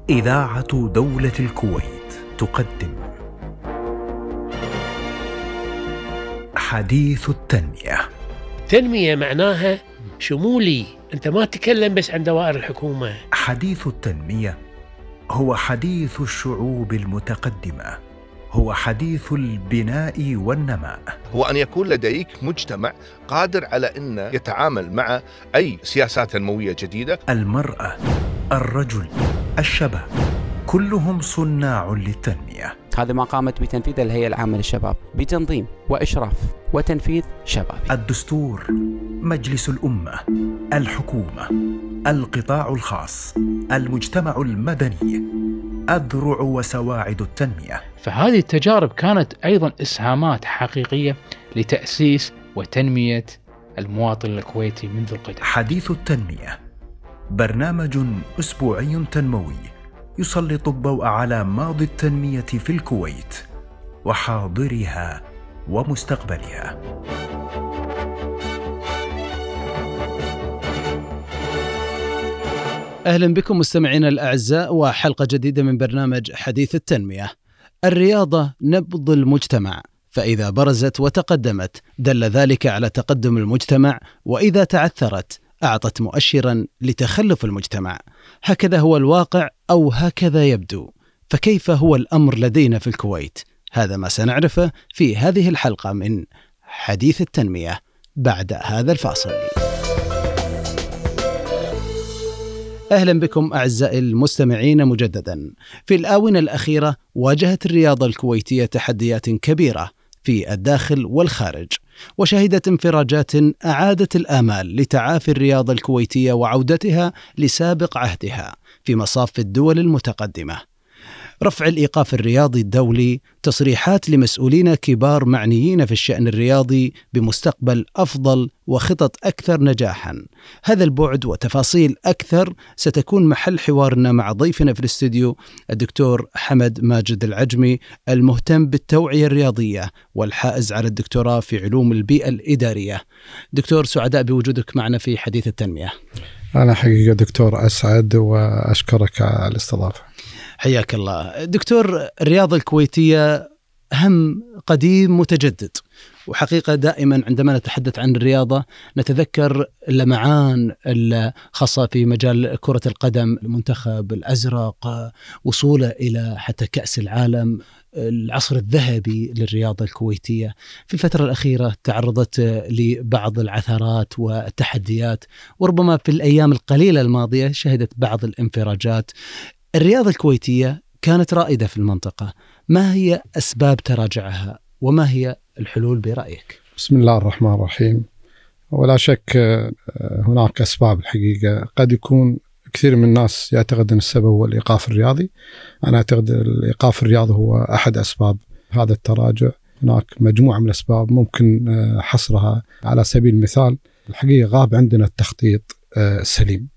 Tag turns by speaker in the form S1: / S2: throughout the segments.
S1: إذاعة دولة الكويت تقدم حديث التنمية.
S2: تنمية معناها شمولي، أنت ما تتكلم بس عن دوائر الحكومة.
S1: حديث التنمية هو حديث الشعوب المتقدمة، هو حديث البناء والنماء،
S3: هو أن يكون لديك مجتمع قادر على أن يتعامل مع أي سياسات تنموية جديدة.
S1: المرأة، الرجل، الشباب، كلهم صناع للتنمية.
S4: هذا ما قامت بتنفيذ الهيئة العامة للشباب بتنظيم وإشراف وتنفيذ شبابي.
S1: الدستور، مجلس الأمة، الحكومة، القطاع الخاص، المجتمع المدني، أذرع وسواعد التنمية.
S5: فهذه التجارب كانت أيضا إسهامات حقيقية لتأسيس وتنمية المواطن الكويتي منذ القدم.
S1: حديث التنمية برنامج أسبوعي تنموي يسلط الضوء على ماضي التنمية في الكويت وحاضرها ومستقبلها.
S6: أهلا بكم مستمعينا الأعزاء وحلقة جديدة من برنامج حديث التنمية. الرياضة نبض المجتمع، فإذا برزت وتقدمت دل ذلك على تقدم المجتمع، وإذا تعثرت أعطت مؤشرا لتخلف المجتمع. هكذا هو الواقع أو هكذا يبدو. فكيف هو الأمر لدينا في الكويت؟ هذا ما سنعرفه في هذه الحلقة من حديث التنمية بعد هذا الفاصل. أهلا بكم أعزائي المستمعين مجددا. في الآونة الأخيرة واجهت الرياضة الكويتية تحديات كبيرة في الداخل والخارج، وشهدت انفراجات أعادت الآمال لتعافي الرياضة الكويتية وعودتها لسابق عهدها في مصاف الدول المتقدمة. رفع الإيقاف الرياضي الدولي، تصريحات لمسؤولين كبار معنيين في الشأن الرياضي بمستقبل أفضل وخطط أكثر نجاحا. هذا البعد وتفاصيل أكثر ستكون محل حوارنا مع ضيفنا في الاستوديو الدكتور حمد ماجد العجمي، المهتم بالتوعية الرياضية والحائز على الدكتوراه في علوم البيئة الإدارية. دكتور، سعداء بوجودك معنا في حديث التنمية.
S7: أنا حقيقة دكتور أسعد وأشكرك على الاستضافة.
S6: حياك الله. دكتور، الرياضة الكويتية هم قديم متجدد، وحقيقة دائما عندما نتحدث عن الرياضة نتذكر اللمعان الخاصة في مجال كرة القدم، المنتخب الأزرق، وصوله إلى حتى كأس العالم، العصر الذهبي للرياضة الكويتية. في الفترة الأخيرة تعرضت لبعض العثرات والتحديات، وربما في الأيام القليلة الماضية شهدت بعض الانفراجات. الرياضة الكويتية كانت رائدة في المنطقة، ما هي أسباب تراجعها وما هي الحلول برأيك؟
S7: بسم الله الرحمن الرحيم. ولا شك هناك أسباب الحقيقة. قد يكون كثير من الناس يعتقد أن السبب هو الإيقاف الرياضي. أنا أعتقد الإيقاف الرياضي هو أحد أسباب هذا التراجع. هناك مجموعة من الأسباب ممكن حصرها. على سبيل المثال، الحقيقة غاب عندنا التخطيط السليم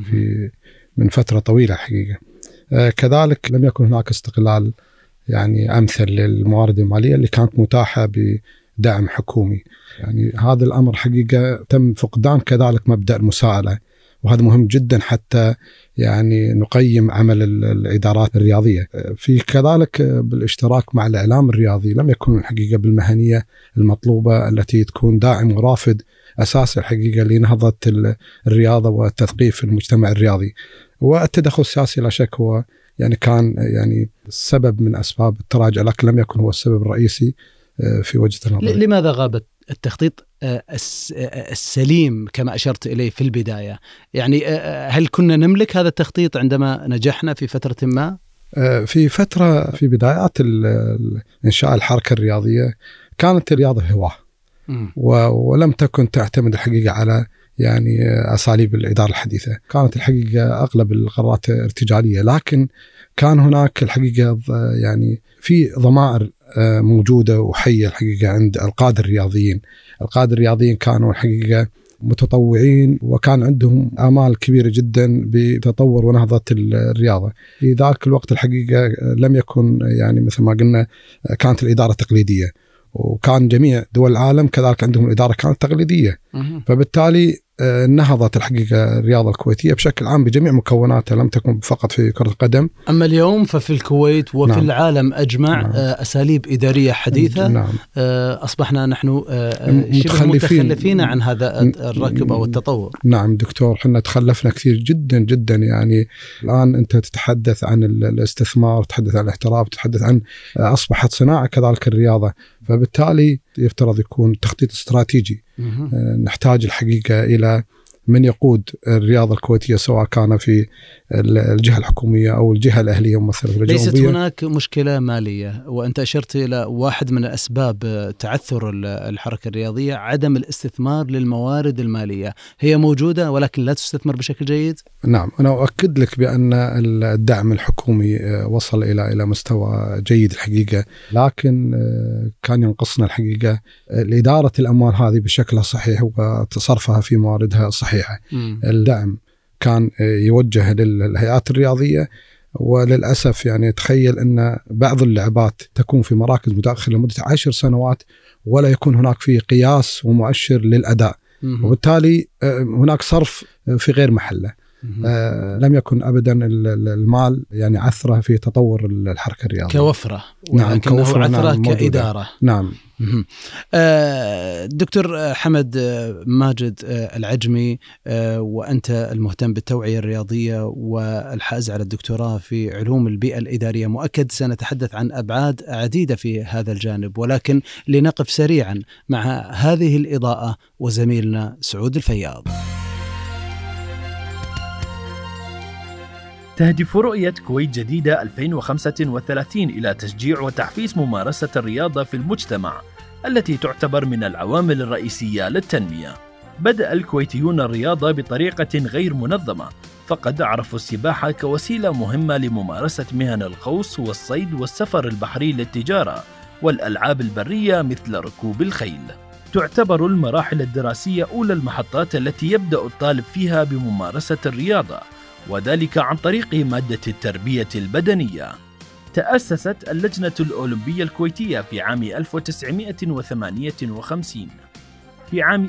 S7: من فترة طويلة حقيقة. كذلك لم يكن هناك استغلال أمثل للموارد المالية اللي كانت متاحة بدعم حكومي. هذا الأمر حقيقة تم فقدان. كذلك مبدأ المساءلة، وهذا مهم جدا حتى نقيم عمل الإدارات الرياضية. في كذلك بالاشتراك مع الإعلام الرياضي لم يكن الحقيقة بالمهنية المطلوبة التي تكون داعم ورافد أساس الحقيقة لنهضة الرياضة والتثقيف في المجتمع الرياضي. والتدخل السياسي لا شك هو كان السبب من أسباب التراجع، لكن لم يكن هو السبب الرئيسي في وجهة النظر.
S6: لماذا غاب التخطيط السليم كما أشرت إليه في البداية؟ هل كنا نملك هذا التخطيط عندما نجحنا في فترة ما؟
S7: في فترة في بدايات إنشاء الحركة الرياضية كانت الرياضة هواة، ولم تكن تعتمد الحقيقة على أساليب الإدارة الحديثة. كانت الحقيقة أغلب القرارات ارتجالية، لكن كان هناك الحقيقة في ضمائر موجودة وحية الحقيقة عند القادة الرياضيين. القادة الرياضيين كانوا الحقيقة متطوعين، وكان عندهم آمال كبيرة جدا بتطور ونهضة الرياضة. في ذاك الوقت الحقيقة لم يكن مثل ما قلنا كانت الإدارة تقليدية، وكان جميع دول العالم كذلك عندهم الإدارة كانت تقليدية. فبالتالي نهضت الحقيقة الرياضة الكويتية بشكل عام بجميع مكوناتها، لم تكن فقط في كرة القدم.
S6: أما اليوم ففي الكويت وفي العالم أجمع أساليب إدارية حديثة. أصبحنا نحن شبه متخلفين عن هذا الركب أو التطور.
S7: نعم دكتور، حنا تخلفنا كثير جدا جدا. يعني الآن أنت تتحدث عن الاستثمار، تتحدث عن الاحتراف، تتحدث عن أصبحت صناعة كذلك الرياضة، فبالتالي يفترض يكون تخطيط استراتيجي. نحتاج الحقيقة إلى من يقود الرياضة الكويتية، سواء كان في الجهة الحكومية أو الجهة الأهلية ممثلة في الجنوبية.
S6: ليست هناك مشكلة مالية، وأنت أشرت إلى واحد من أسباب تعثر الحركة الرياضية عدم الاستثمار للموارد المالية. هي موجودة ولكن لا تستثمر بشكل جيد.
S7: نعم، أنا أؤكد لك بأن الدعم الحكومي وصل إلى مستوى جيد الحقيقة، لكن كان ينقصنا الحقيقة إدارة الأموال هذه بشكلها صحيح وتصرفها في مواردها الصحيحة. الدعم كان يوجه للهيئات الرياضية، وللأسف يعني تخيل أن بعض اللعبات تكون في مراكز متأخرة لمدة 10 سنوات ولا يكون هناك فيه قياس ومؤشر للأداء، وبالتالي هناك صرف في غير محله. لم يكن أبدا المال يعني عثرة في تطور الحركة الرياضية
S6: كوفرة.
S7: نعم كوفرة،
S6: عثرة كإدارة.
S7: نعم.
S6: دكتور حمد ماجد العجمي، وأنت المهتم بالتوعية الرياضية والحائز على الدكتوراه في علوم البيئة الإدارية، مؤكد سنتحدث عن أبعاد عديدة في هذا الجانب، ولكن لنقف سريعا مع هذه الإضاءة وزميلنا سعود الفياض.
S8: تهدف رؤية كويت جديدة 2035 إلى تشجيع وتحفيز ممارسة الرياضة في المجتمع، التي تعتبر من العوامل الرئيسية للتنمية. بدأ الكويتيون الرياضة بطريقة غير منظمة، فقد عرفوا السباحة كوسيلة مهمة لممارسة مهن الغوص والصيد والسفر البحري للتجارة والألعاب البرية مثل ركوب الخيل. تعتبر المراحل الدراسية أولى المحطات التي يبدأ الطالب فيها بممارسة الرياضة، وذلك عن طريق مادة التربية البدنية. تأسست اللجنة الأولمبية الكويتية في عام 1958. في عام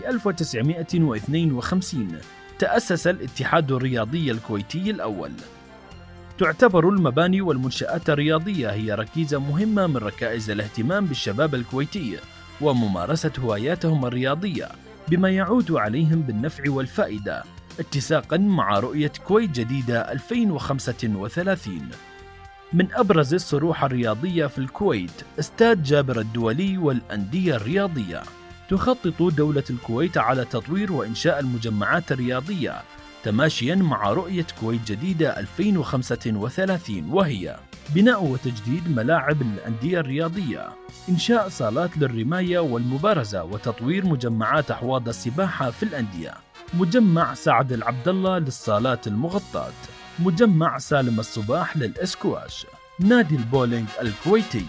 S8: 1952 تأسس الاتحاد الرياضي الكويتي الأول. تعتبر المباني والمنشآت الرياضية هي ركيزة مهمة من ركائز الاهتمام بالشباب الكويتي وممارسة هواياتهم الرياضية، بما يعود عليهم بالنفع والفائدة، اتساقاً مع رؤية كويت جديدة 2035. من أبرز الصروح الرياضية في الكويت استاد جابر الدولي والأندية الرياضية. تخطط دولة الكويت على تطوير وإنشاء المجمعات الرياضية تماشياً مع رؤية كويت جديدة 2035، وهي بناء وتجديد ملاعب الأندية الرياضية، إنشاء صالات للرماية والمبارزة، وتطوير مجمعات أحواض السباحة في الأندية، مجمع سعد العبد الله للصالات المغطاة، مجمع سالم الصباح للإسكواش، نادي البولينج الكويتي.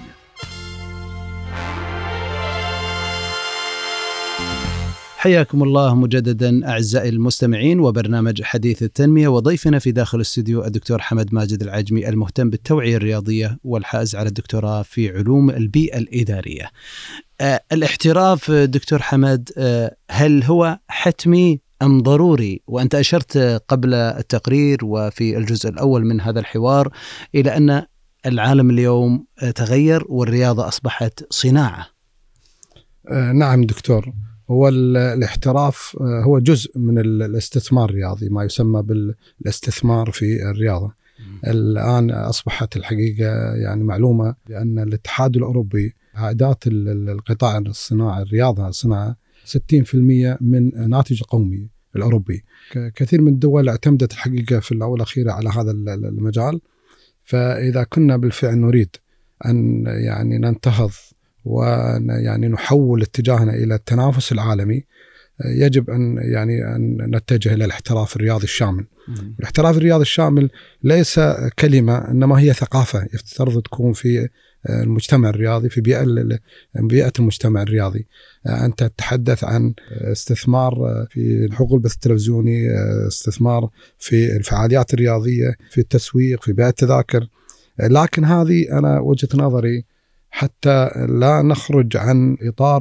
S6: حياكم الله مجددا أعزائي المستمعين وبرنامج حديث التنمية، وضيفنا في داخل الاستوديو الدكتور حمد ماجد العجمي، المهتم بالتوعية الرياضية والحائز على الدكتوراه في علوم البيئة الإدارية. الاحتراف دكتور حمد، هل هو حتمي أم ضروري؟ وأنت أشرت قبل التقرير وفي الجزء الأول من هذا الحوار إلى أن العالم اليوم تغير والرياضة أصبحت صناعة.
S7: نعم دكتور، هو الاحتراف هو جزء من الاستثمار الرياضي، ما يسمى بالاستثمار في الرياضة. الآن أصبحت الحقيقة يعني معلومة بأن الاتحاد الأوروبي عائدات القطاع الصناعي الرياضة صناعة 60% من ناتج القومي الأوروبي. كثير من الدول اعتمدت الحقيقة في الأول والأخيرة على هذا المجال. فإذا كنا بالفعل نريد أن يعني ننتهض ويعني نحول اتجاهنا إلى التنافس العالمي، يجب أن نتجه إلى الاحتراف الرياضي الشامل. الاحتراف الرياضي الشامل ليس كلمة، إنما هي ثقافة يفترض تكون في المجتمع الرياضي، في بيئة المجتمع الرياضي. أنت تتحدث عن استثمار في حقوق البث التلفزيوني، استثمار في الفعاليات الرياضية، في التسويق، في بيع التذاكر. لكن هذه أنا وجهة نظري حتى لا نخرج عن إطار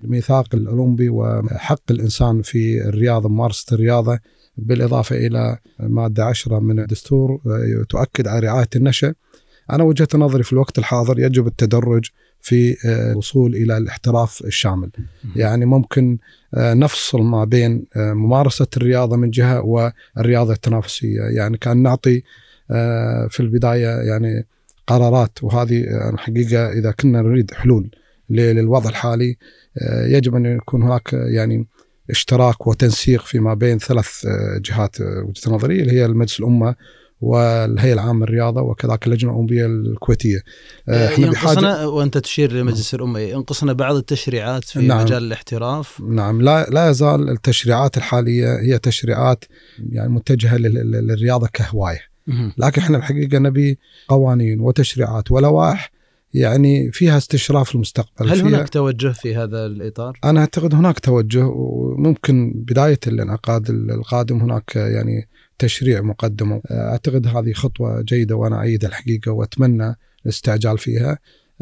S7: الميثاق الأولمبي وحق الإنسان في الرياضة، ممارسة الرياضة، بالإضافة إلى مادة 10 من الدستور تؤكد على رعاية النشأ. أنا وجهة نظري في الوقت الحاضر يجب التدرج في الوصول إلى الاحتراف الشامل. يعني ممكن نفصل ما بين ممارسة الرياضة من جهة والرياضة التنافسية. يعني كان نعطي في البداية يعني قرارات، وهذه الحقيقة إذا كنا نريد حلول للوضع الحالي يجب أن يكون هناك يعني اشتراك وتنسيق فيما بين 3 جهات وجهة نظري، اللي هي المجلس الأمة والهيئة العامة للرياضة وكذلك اللجنة الأولمبية الكويتية.
S6: احنا بحاجة، وأنت تشير لمجلس الأمة، ينقصنا بعض التشريعات في مجال الاحتراف.
S7: نعم، لا يزال التشريعات الحالية هي تشريعات يعني متجهة للرياضة كهواية، لكن احنا الحقيقة نبي قوانين وتشريعات ولوائح يعني فيها استشراف المستقبل.
S6: هل هناك توجه في هذا الإطار؟
S7: أنا أعتقد هناك توجه، وممكن بداية الانعقاد القادم هناك يعني تشريع مقدم. أعتقد هذه خطوة جيدة وأنا أعيد الحقيقة وأتمنى الاستعجال فيها.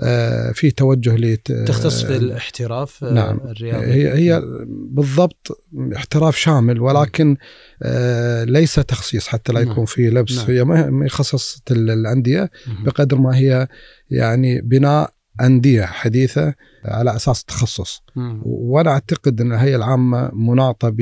S7: في توجه
S6: تختص في الاحتراف.
S7: نعم،
S6: الرياضي
S7: هي بالضبط احتراف شامل، ولكن ليس تخصيص حتى لا يكون فيه لبس. هي ما يخصص الأندية بقدر ما هي يعني بناء أندية حديثة على أساس تخصص. وأنا أعتقد أن الهيئة العامة مناطة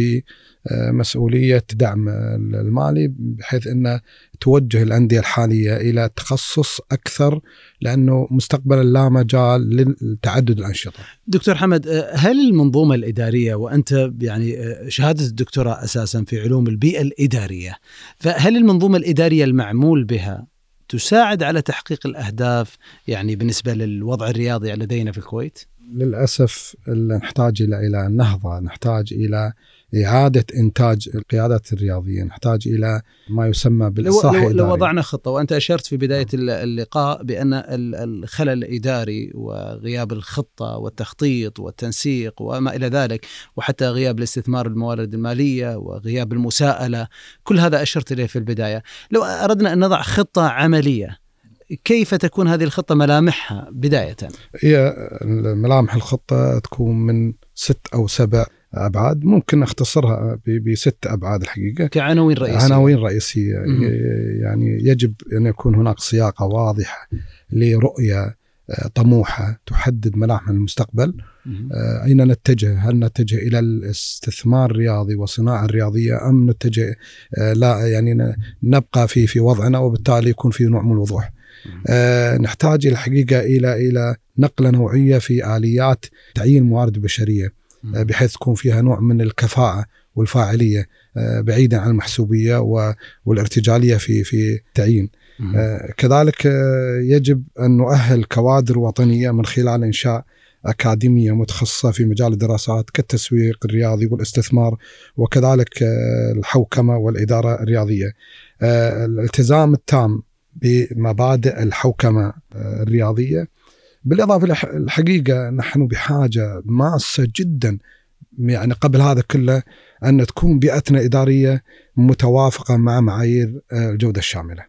S7: بمسؤولية دعم المالي، بحيث أن توجه الأندية الحالية إلى تخصص أكثر، لأنه مستقبلا لا مجال للتعدد الأنشطة.
S6: دكتور حمد، هل المنظومة الإدارية، وأنت يعني شهادة الدكتوراه أساسا في علوم البيئة الإدارية، فهل المنظومة الإدارية المعمول بها تساعد على تحقيق الأهداف يعني بالنسبة للوضع الرياضي لدينا في الكويت؟
S7: للأسف نحتاج إلى نهضة، نحتاج إلى إعادة إنتاج القيادات الرياضية، نحتاج إلى ما يسمى بالإصلاح الإداري.
S6: لو وضعنا خطة، وأنت أشرت في بداية اللقاء بأن الخلل الإداري وغياب الخطة والتخطيط والتنسيق وما إلى ذلك، وحتى غياب الاستثمار الموارد المالية وغياب المساءلة، كل هذا أشرت إليه في البداية. لو أردنا أن نضع خطة عملية، كيف تكون هذه الخطة ملامحها بداية؟
S7: هي ملامح الخطة تكون من 6 أو 7 أبعاد، ممكن نختصرها ب6 أبعاد الحقيقة
S6: كعناوين رئيسية.
S7: عناوين رئيسية. يعني يجب أن يكون هناك صياغة واضحة لرؤية طموحة تحدد ملامح المستقبل. أين نتجه؟ هل نتجه إلى الاستثمار الرياضي والصناعة الرياضية، أم نتجه لا يعني نبقى في وضعنا، وبالتالي يكون في نوع من الوضوح. نحتاج الحقيقة إلى نقلة نوعية في آليات تعيين الموارد البشرية، بحيث تكون فيها نوع من الكفاءة والفاعلية بعيدا عن المحسوبية والارتجالية في تعيين. كذلك يجب أن نؤهل كوادر وطنية من خلال إنشاء أكاديمية متخصصة في مجال الدراسات كالتسويق الرياضي والاستثمار، وكذلك الحوكمة والإدارة الرياضية. الالتزام التام بمبادئ الحوكمة الرياضية. بالإضافة الحقيقة نحن بحاجة ماسة جدا يعني قبل هذا كله أن تكون بيئتنا إدارية متوافقة مع معايير الجودة الشاملة.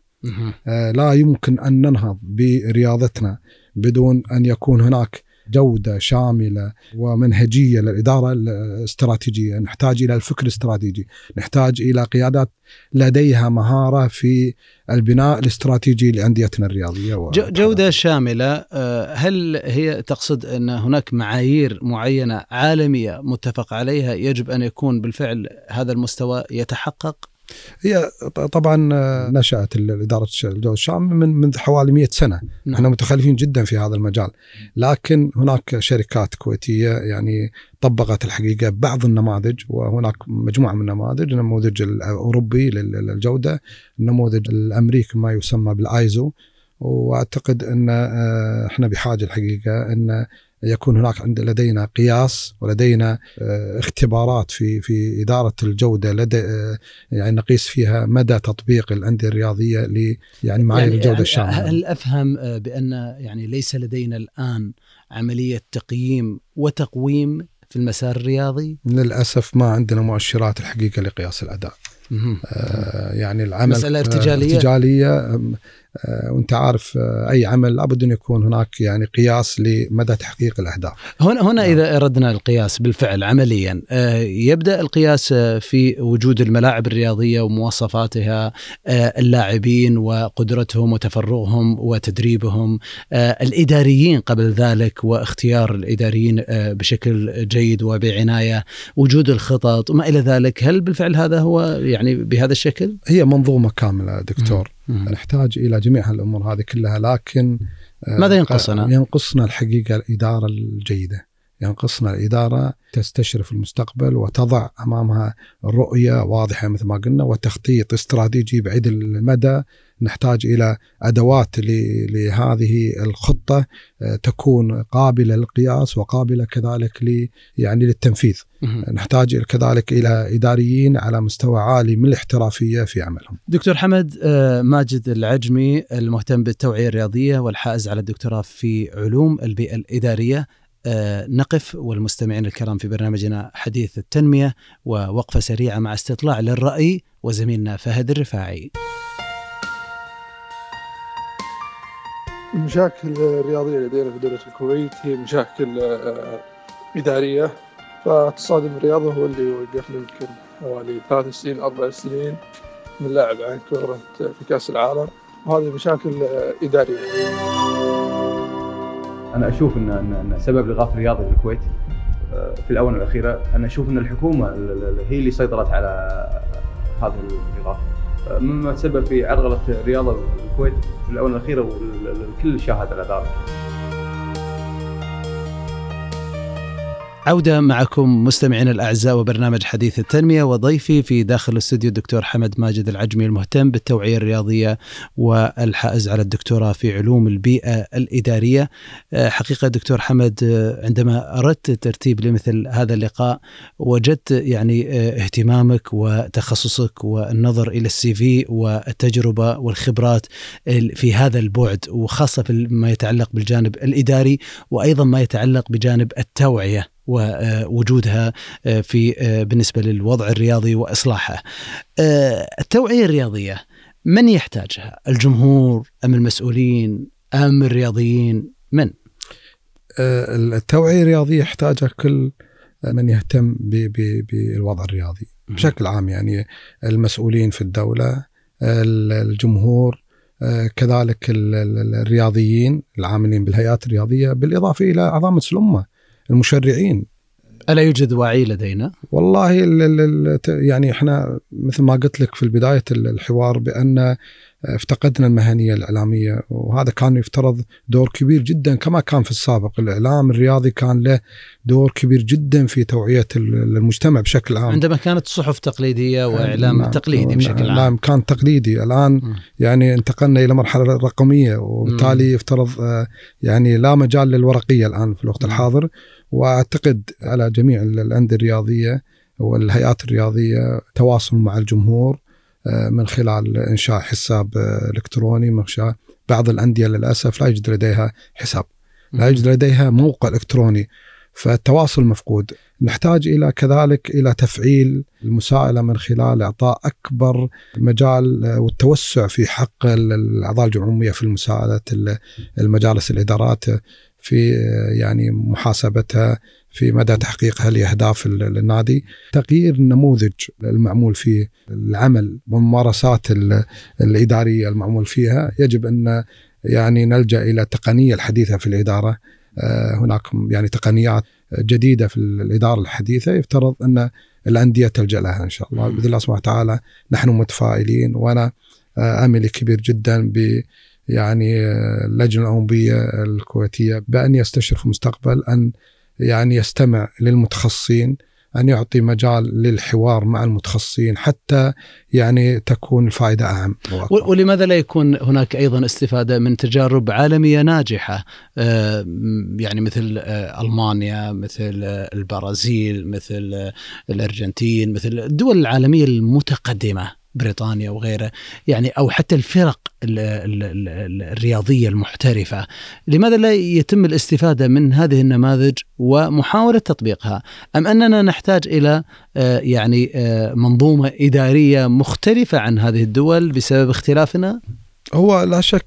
S7: لا يمكن أن ننهض برياضتنا بدون أن يكون هناك جودة شاملة ومنهجية للإدارة الاستراتيجية. نحتاج إلى الفكر الاستراتيجي، نحتاج إلى قيادات لديها مهارة في البناء الاستراتيجي لأنديتنا الرياضية.
S6: جودة شاملة، هل هي تقصد أن هناك معايير معينة عالمية متفق عليها يجب أن يكون بالفعل هذا المستوى يتحقق؟
S7: هي طبعا نشأت الإدارة الجودة الشاملة منذ حوالي 100 سنة. نحن متخلفين جدا في هذا المجال، لكن هناك شركات كويتية يعني طبقت الحقيقة بعض النماذج، وهناك مجموعة من النماذج، النموذج الأوروبي للجودة، النموذج الأمريكي ما يسمى بالآيزو. وأعتقد أن احنا بحاجة الحقيقة أن يكون هناك لدينا قياس ولدينا اختبارات في إدارة الجودة يعني نقيس فيها مدى تطبيق الأندية الرياضية يعني معايير الجودة الشاملة.
S6: هل أفهم بأن يعني ليس لدينا الآن عملية تقييم وتقويم في المسار الرياضي؟
S7: للأسف ما عندنا مؤشرات الحقيقة لقياس الأداء. يعني العمل
S6: مسألة ارتجالية
S7: وانت عارف اي عمل لابد ان يكون هناك يعني قياس لمدى تحقيق الاهداف.
S6: هنا اذا اردنا القياس بالفعل عمليا، يبدا القياس في وجود الملاعب الرياضيه ومواصفاتها، اللاعبين وقدرتهم وتفرغهم وتدريبهم، الاداريين قبل ذلك واختيار الاداريين بشكل جيد وبعنايه، وجود الخطط وما الى ذلك. هل بالفعل هذا هو يعني بهذا الشكل؟
S7: هي منظومه كامله دكتور. نحتاج إلى جميع الأمور هذه كلها، لكن
S6: ماذا ينقصنا؟
S7: ينقصنا الحقيقة الإدارة الجيدة، ينقصنا الإدارة تستشرف المستقبل وتضع أمامها رؤية واضحة مثل ما قلنا وتخطيط استراتيجي بعيد المدى. نحتاج إلى أدوات لهذه الخطة تكون قابلة للقياس وقابلة كذلك للتنفيذ. نحتاج كذلك إلى إداريين على مستوى عالي من الاحترافية في عملهم.
S6: دكتور حمد ماجد العجمي، المهتم بالتوعية الرياضية والحائز على الدكتوراه في علوم البيئة الإدارية. نقف والمستمعين الكرام في برنامجنا حديث التنمية ووقفة سريعة مع استطلاع للرأي وزميلنا فهد الرفاعي.
S9: المشاكل الرياضية لدينا في دولة الكويت هي مشاكل إدارية، فتصادم الرياضة هو اللي وقف يمكن حوالي 3 سنين 4 سنين من لاعب عن كرة في كأس العالم، وهذه مشاكل إدارية.
S10: أنا أشوف أن سبب الإغاثة الرياضي في الكويت في الآونة الأخيرة، أنا أشوف أن الحكومة هي اللي سيطرت على هذه الإغاثة، مما تسبب في عرقلة الرياضة في الكويت في الآونة الأخيرة، والكل شاهد على ذلك.
S6: عودة معكم مستمعين الأعزاء وبرنامج حديث التنمية، وضيفي في داخل الاستوديو الدكتور حمد ماجد العجمي، المهتم بالتوعية الرياضية والحائز على الدكتوراه في علوم البيئة الإدارية. حقيقة دكتور حمد، عندما أردت الترتيب لمثل هذا اللقاء وجدت يعني اهتمامك وتخصصك والنظر إلى الCV والتجربة والخبرات في هذا البعد، وخاصة في ما يتعلق بالجانب الإداري وأيضا ما يتعلق بجانب التوعية ووجودها في بالنسبة للوضع الرياضي وإصلاحه. التوعية الرياضية من يحتاجها؟ الجمهور أم المسؤولين أم الرياضيين؟ من؟
S7: التوعية الرياضية يحتاجها كل من يهتم بالوضع الرياضي بشكل عام، يعني المسؤولين في الدولة، الجمهور، كذلك الرياضيين العاملين بالهيئات الرياضية، بالإضافة إلى أعضاء مجلس الأمة، المشرعين.
S6: ألا يوجد وعي لدينا؟
S7: والله يعني احنا مثل ما قلت لك في بداية الحوار بأن افتقدنا المهنية الإعلامية، وهذا كان يفترض دور كبير جدا كما كان في السابق. الإعلام الرياضي كان له دور كبير جدا في توعية المجتمع بشكل عام.
S6: عندما كانت الصحف تقليدية وإعلام تقليدي بشكل عام.
S7: كان تقليدي. الآن يعني انتقلنا إلى مرحلة رقمية، وبالتالي يفترض يعني لا مجال للورقية الآن في الوقت الحاضر. وأعتقد على جميع الأندية الرياضية والهيئات الرياضية تواصل مع الجمهور من خلال إنشاء حساب إلكتروني. من خلال بعض الأندية للأسف لا يوجد لديها حساب، لا يوجد لديها موقع إلكتروني، فالتواصل مفقود. نحتاج إلى كذلك إلى تفعيل المساءلة من خلال إعطاء أكبر مجال والتوسع في حق الأعضاء الجمعية في مساعدة المجالس الإدارات في يعني محاسبتها في مدى تحقيقها لأهداف النادي. تغيير النموذج المعمول فيه العمل والممارسات الإدارية المعمول فيها، يجب أن يعني نلجأ إلى التقنية الحديثة في الإدارة. هناك يعني تقنيات جديدة في الإدارة الحديثة يفترض أن الأندية تلجأ لها إن شاء الله بإذن الله سبحانه وتعالى. نحن متفائلين، وأنا أمل كبير جدا يعني اللجنة الأولمبية الكويتية بأن يستشرف المستقبل أن يعني يستمع للمتخصصين، أن يعطي مجال للحوار مع المتخصصين حتى يعني تكون الفائدة أعم.
S6: ولماذا لا يكون هناك أيضا استفادة من تجارب عالمية ناجحة، يعني مثل ألمانيا، مثل البرازيل، مثل الأرجنتين، مثل الدول العالمية المتقدمة، بريطانيا وغيره، يعني أو حتى الفرق الرياضية المحترفة. لماذا لا يتم الاستفادة من هذه النماذج ومحاولة تطبيقها؟ أم أننا نحتاج إلى يعني منظومة إدارية مختلفة عن هذه الدول بسبب اختلافنا؟
S7: هو لا شك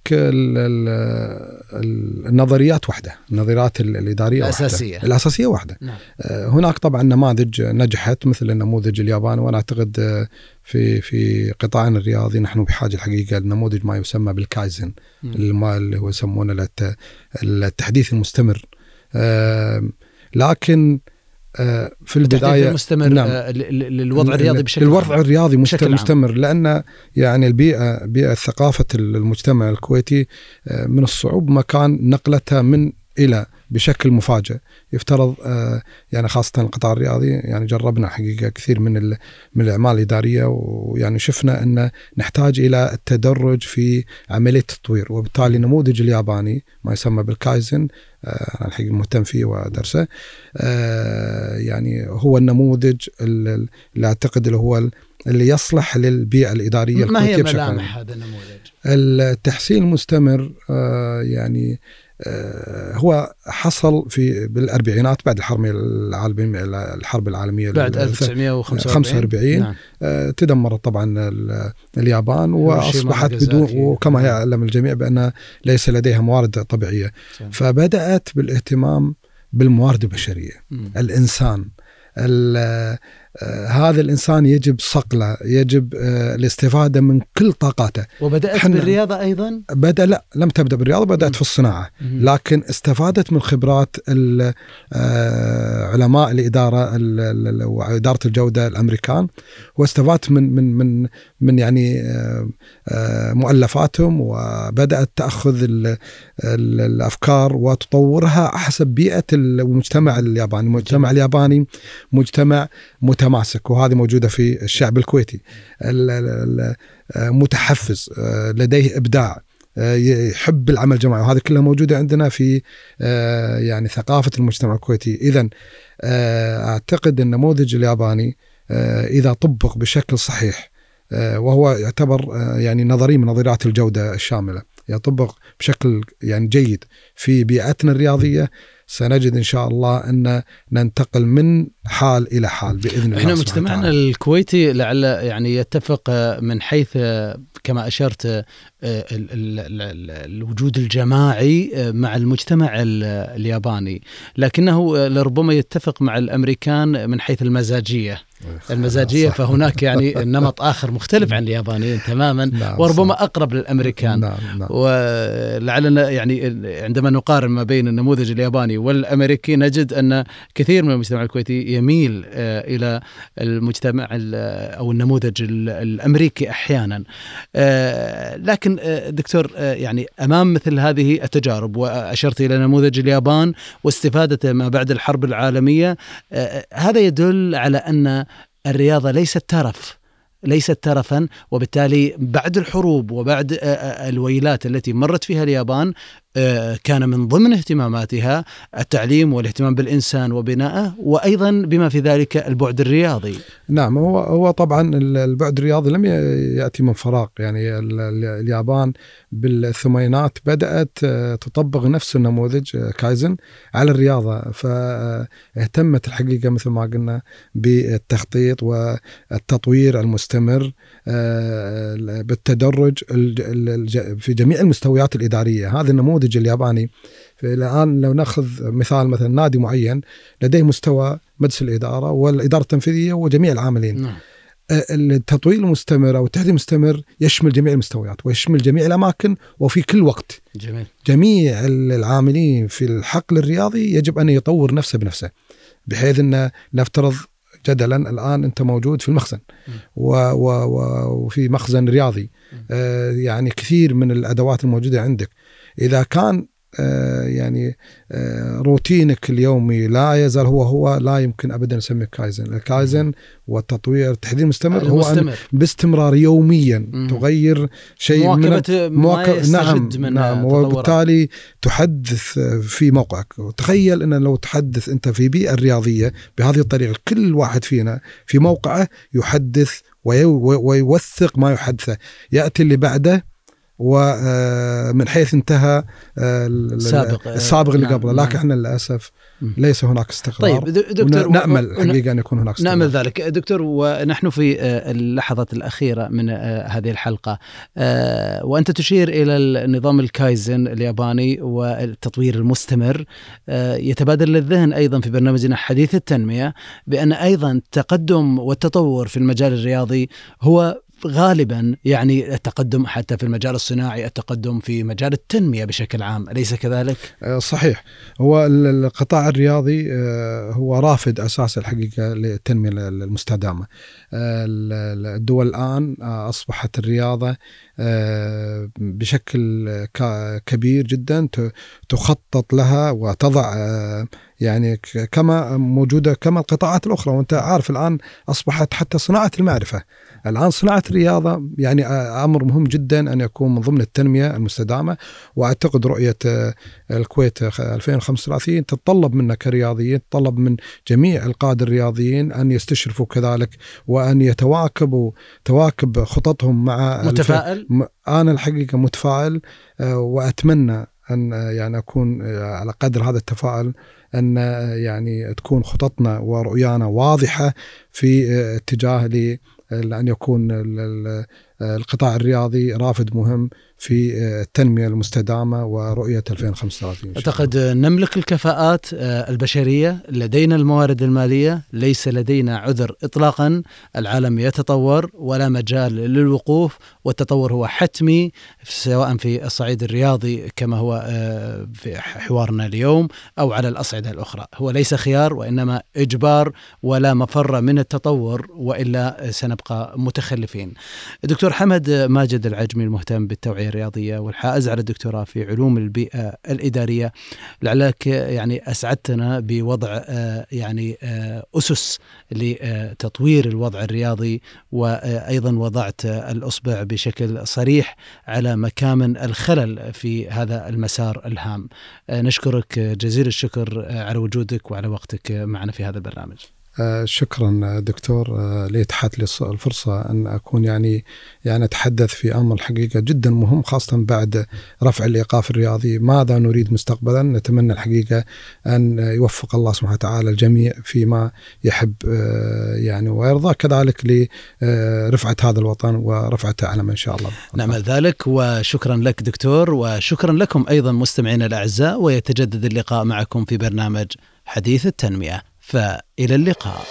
S7: النظريات واحدة، النظريات الإدارية الأساسية واحدة.
S6: نعم.
S7: هناك طبعا نماذج نجحت مثل النموذج الياباني، وأنا أعتقد في قطاعنا الرياضي نحن بحاجة الحقيقة لنموذج ما يسمى بالكايزن، اللي هو يسمونه التحديث المستمر. لكن في البداية
S6: المستمر للوضع الرياضي بشكل
S7: الوضع الرياضي مستمر، لأن يعني بيئة ثقافة المجتمع الكويتي من الصعوب مكان نقلتها من إلى بشكل مفاجئ. يفترض يعني خاصة القطاع الرياضي، يعني جربنا حقيقة كثير من الأعمال الإدارية، ويعني شفنا أن نحتاج إلى التدرج في عملية التطوير، وبالتالي نموذج الياباني ما يسمى بالكايزن أنا الحقيقة مهتم فيه ودرسه، يعني هو النموذج اللي أعتقد اللي هو اللي يصلح للبيئة الإدارية.
S6: ما هي ملامح هذا النموذج؟
S7: التحسين المستمر يعني هو حصل بالأربعينات بعد الحرب العالمية
S6: بعد 1945.
S7: نعم. تدمرت طبعا اليابان وأصبحت بدون، وكما يعلم الجميع بأن ليس لديها موارد طبيعية. فبدأت بالاهتمام بالموارد البشرية. الإنسان هذا الإنسان يجب صقله، يجب الاستفادة من كل طاقاته.
S6: وبدأت بالرياضة أيضا؟
S7: لم تبدأ بالرياضة، بدأت في الصناعة. لكن استفادت من خبرات علماء الإدارة وإدارة الجودة الأمريكان، واستفادت من يعني مؤلفاتهم، وبدأت تأخذ الأفكار وتطورها حسب بيئة المجتمع الياباني. المجتمع الياباني مجتمع متماسك، وهذه موجودة في الشعب الكويتي، متحفز، لديه إبداع، يحب العمل الجماعي، وهذه كلها موجودة عندنا في يعني ثقافة المجتمع الكويتي. إذن أعتقد النموذج الياباني إذا طبق بشكل صحيح، وهو يعتبر يعني نظري من نظريات الجودة الشاملة، يطبق بشكل يعني جيد في بيئتنا الرياضية، سنجد إن شاء الله أن ننتقل من حال إلى حال بإذن الله.
S6: إحنا مجتمعنا الكويتي لعل يعني يتفق من حيث كما أشرت الوجود الجماعي مع المجتمع الياباني، لكنه لربما يتفق مع الأمريكان من حيث المزاجية. فهناك يعني نمط آخر مختلف عن اليابانيين تماما، وربما أقرب للأمريكان. ولعلنا يعني عندما نقارن ما بين النموذج الياباني والأمريكي نجد أن كثير من المجتمع الكويتي يميل إلى المجتمع أو النموذج الأمريكي أحيانا. لكن دكتور، يعني أمام مثل هذه التجارب، وأشرت إلى نموذج اليابان واستفادته ما بعد الحرب العالمية، هذا يدل على أن الرياضة ليست ترفا، وبالتالي بعد الحروب وبعد الويلات التي مرت فيها اليابان كان من ضمن اهتماماتها التعليم والاهتمام بالإنسان وبنائه، وأيضا بما في ذلك البعد الرياضي.
S7: نعم، هو طبعا البعد الرياضي لم يأتي من فراغ. يعني اليابان بالثمانينات بدأت تطبق نفس النموذج كايزن على الرياضة، فاهتمت الحقيقة مثل ما قلنا بالتخطيط والتطوير المستمر بالتدرج في جميع المستويات الإدارية. هذا النموذج الياباني. الآن لو نأخذ مثلا نادي معين لديه مستوى مجلس الإدارة والإدارة التنفيذية وجميع العاملين. التطوير المستمر أو التحديث المستمر يشمل جميع المستويات ويشمل جميع الأماكن وفي كل وقت. جميع العاملين في الحقل الرياضي يجب أن يطور نفسه بنفسه، بحيث أن نفترض جدلا الآن أنت موجود في المخزن وفي مخزن رياضي، يعني كثير من الأدوات الموجودة عندك، إذا كان يعني روتينك اليومي لا يزال هو لا يمكن أبدا نسميه كايزن. الكايزن والتطوير التحديث المستمر هو أن باستمرار يوميا تغير شيء نعم وبالتالي تحدث في موقعك. وتخيل أن لو تحدث أنت في بيئة رياضية بهذه الطريقة، كل واحد فينا في موقعه يحدث ويوثق ما يحدثه، يأتي اللي بعده ومن حيث انتهى السابق اللي قبله. لكن احنا للأسف ليس هناك استقرار.
S6: طيب دكتور،
S7: نأمل حقيقة أن يكون هناك استقرار.
S6: نأمل ذلك دكتور. ونحن في اللحظة الأخيرة من هذه الحلقة، وأنت تشير إلى النظام الكايزن الياباني والتطوير المستمر، يتبادل للذهن أيضا في برنامجنا حديث التنمية بأن أيضا التقدم والتطور في المجال الرياضي هو غالبا يعني التقدم حتى في المجال الصناعي، التقدم في مجال التنمية بشكل عام، أليس كذلك؟
S7: صحيح. هو القطاع الرياضي هو رافد أساس الحقيقة للتنمية المستدامة. الدول الآن أصبحت الرياضة بشكل كبير جدا تخطط لها وتضع يعني كما موجودة كما القطاعات الأخرى. وأنت عارف الآن أصبحت حتى صناعة المعرفة، الآن صناعة الرياضة يعني أمر مهم جدا أن يكون من ضمن التنمية المستدامة. وأعتقد رؤية الكويت 2035 تتطلب منا كرياضيين، تتطلب من جميع القادة الرياضيين أن يستشرفوا كذلك وأن تواكب خططهم مع
S6: متفائل.
S7: أنا الحقيقة متفائل، وأتمنى أن يعني أكون على قدر هذا التفاؤل، أن يعني تكون خططنا ورؤيانا واضحة في اتجاه لأن يكون القطاع الرياضي رافد مهم في التنمية المستدامة ورؤية 2035.
S6: أعتقد نملك الكفاءات البشرية، لدينا الموارد المالية، ليس لدينا عذر إطلاقا. العالم يتطور ولا مجال للوقوف، والتطور هو حتمي سواء في الصعيد الرياضي كما هو في حوارنا اليوم أو على الأصعدة الأخرى. هو ليس خيار وإنما إجبار، ولا مفر من التطور وإلا سنبقى متخلفين. دكتور حمد ماجد العجمي، المهتم بالتوعية الرياضية والحائز على الدكتوراه في علوم البيئة الإدارية، لعلك يعني أسعدتنا بوضع يعني أسس لتطوير الوضع الرياضي، وأيضا وضعت الأصبع بشكل صريح على مكامن الخلل في هذا المسار الهام. نشكرك جزيل الشكر على وجودك وعلى وقتك معنا في هذا البرنامج.
S7: شكرا دكتور، لي اتاحت لي الفرصة أن أكون يعني أتحدث في أمر الحقيقة جدا مهم، خاصة بعد رفع الإيقاف الرياضي. ماذا نريد مستقبلا؟ نتمنى الحقيقة أن يوفق الله سبحانه وتعالى الجميع فيما يحب يعني ويرضى، كذلك لرفعة هذا الوطن ورفعته علم إن شاء الله.
S6: نعمل ذلك، وشكرا لك دكتور، وشكرا لكم أيضا مستمعينا الأعزاء، ويتجدد اللقاء معكم في برنامج حديث التنمية، فإلى اللقاء.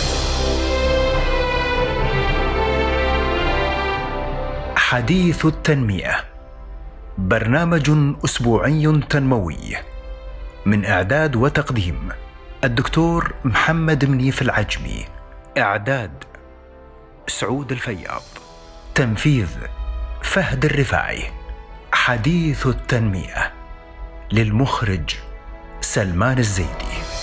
S1: حديث التنمية، برنامج أسبوعي تنموي، من إعداد وتقديم الدكتور محمد منيف العجمي، إعداد سعود الفياض، تنفيذ فهد الرفاعي. حديث التنمية، للمخرج سلمان الزيدي.